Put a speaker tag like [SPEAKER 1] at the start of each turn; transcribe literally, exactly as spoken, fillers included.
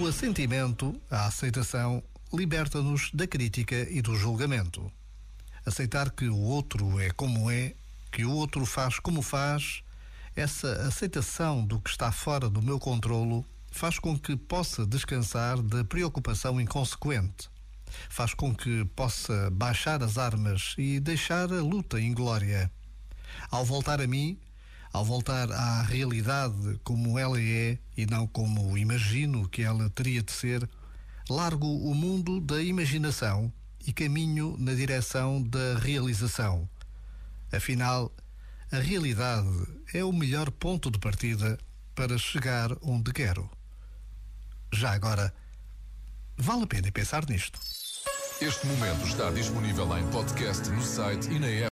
[SPEAKER 1] O assentimento, a aceitação, liberta-nos da crítica e do julgamento. Aceitar que o outro é como é, que o outro faz como faz, essa aceitação do que está fora do meu controlo faz com que possa descansar da preocupação inconsequente. Faz com que possa baixar as armas e deixar a luta inglória. Ao voltar a mim, ao voltar à realidade como ela é e não como imagino que ela teria de ser, largo o mundo da imaginação e caminho na direção da realização. Afinal, a realidade é o melhor ponto de partida para chegar onde quero. Já agora, vale a pena pensar nisto.
[SPEAKER 2] Este momento está disponível em podcast no site e na app.